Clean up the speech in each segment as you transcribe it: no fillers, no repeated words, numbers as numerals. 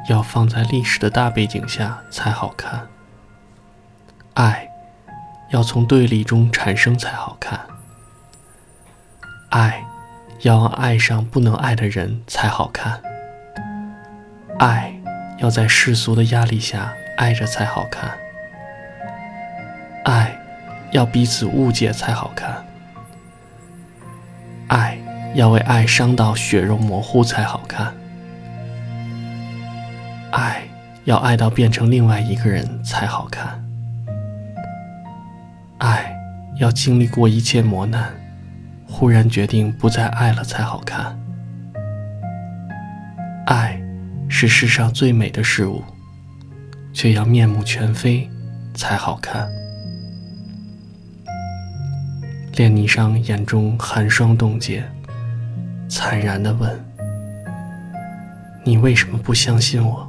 要放在历史的大背景下才好看，爱要从对立中产生才好看，爱要爱上不能爱的人才好看，爱要在世俗的压力下爱着才好看，爱要彼此误解才好看，爱要为爱伤到血肉模糊才好看，爱要爱到变成另外一个人才好看，爱要经历过一切磨难，忽然决定不再爱了才好看。爱是世上最美的事物，却要面目全非才好看。练霓裳眼中寒霜冻结，惨然地问：你为什么不相信我？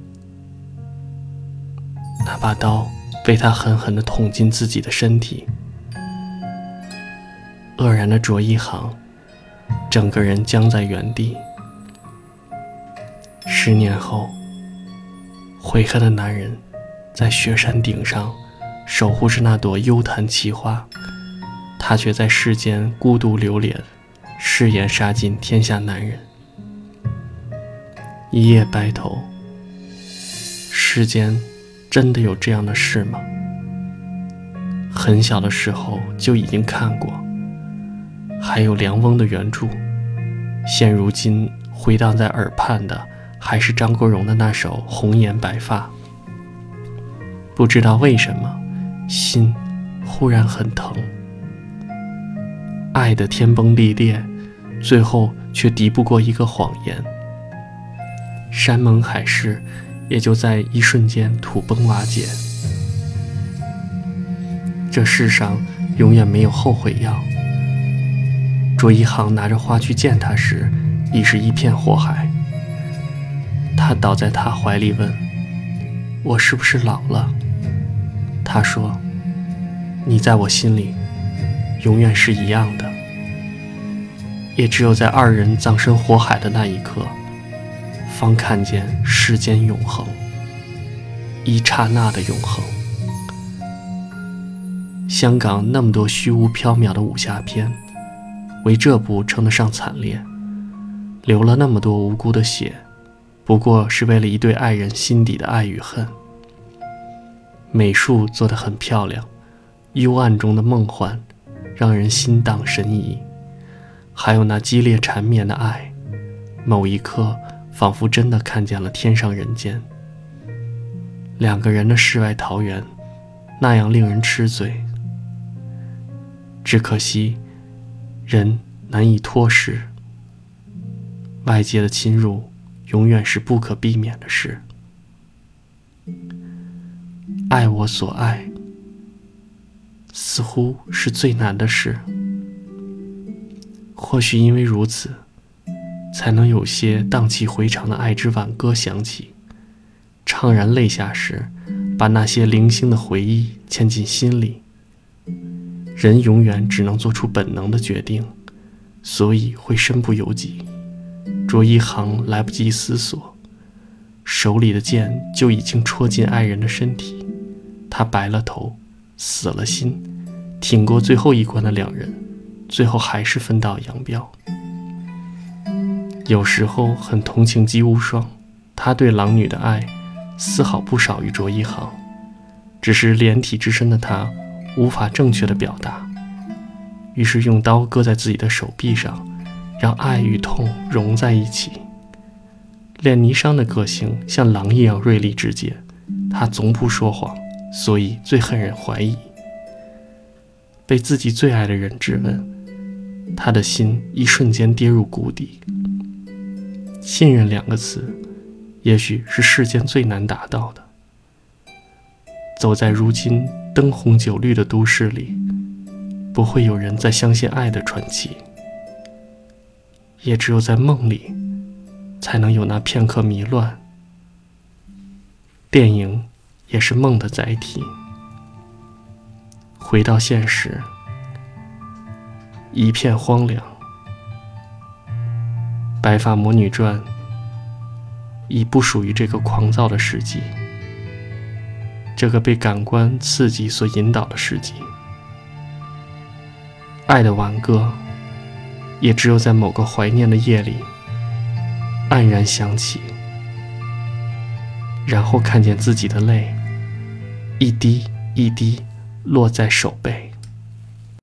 那把刀被他狠狠地捅进自己的身体，愕然的卓一航整个人僵在原地。10年后，悔恨的男人在雪山顶上守护着那朵幽檀奇花，他却在世间孤独流连，誓言杀尽天下男人。一夜白头，世间真的有这样的事吗？很小的时候就已经看过，还有梁翁的原著，现如今回荡在耳畔的还是张国荣的那首《红颜白发》。不知道为什么，心忽然很疼。爱的天崩地裂，最后却敌不过一个谎言。山盟海誓也就在一瞬间土崩瓦解。这世上永远没有后悔药。卓一航拿着花去见他时，已是一片火海。他倒在他怀里问：我是不是老了？他说：你在我心里永远是一样的。也只有在二人葬身火海的那一刻，方看见世间永恒，一刹那的永恒。香港那么多虚无缥缈的武侠片，唯这部称得上惨烈，流了那么多无辜的血，不过是为了一对爱人心底的爱与恨。美术做得很漂亮，幽暗中的梦幻让人心荡神怡，还有那激烈缠绵的爱，某一刻仿佛真的看见了天上人间。两个人的世外桃源，那样令人痴醉。只可惜人难以脱实，外界的侵入永远是不可避免的事。爱我所爱，似乎是最难的事。或许因为如此，才能有些荡气回肠的爱之挽歌响起，怅然泪下时，把那些零星的回忆嵌进心里。人永远只能做出本能的决定，所以会身不由己。卓一航来不及思索，手里的剑就已经戳进爱人的身体。他白了头，死了心，挺过最后一关的两人，最后还是分道扬镳。有时候很同情姬无双，他对郎女的爱丝毫不少于卓一航，只是连体之身的他无法正确的表达，于是用刀割在自己的手臂上，让爱与痛融在一起。练霓裳的个性像狼一样锐利直接，他从不说谎，所以最恨人怀疑。被自己最爱的人质问，他的心一瞬间跌入谷底。信任2个字，也许是世间最难达到的。走在如今灯红酒绿的都市里，不会有人再相信爱的传奇，也只有在梦里才能有那片刻迷乱。电影也是梦的载体，回到现实，一片荒凉。白发魔女传已不属于这个狂躁的世纪，这个被感官刺激所引导的世纪。爱的挽歌也只有在某个怀念的夜里黯然响起，然后看见自己的泪一滴一滴落在手背。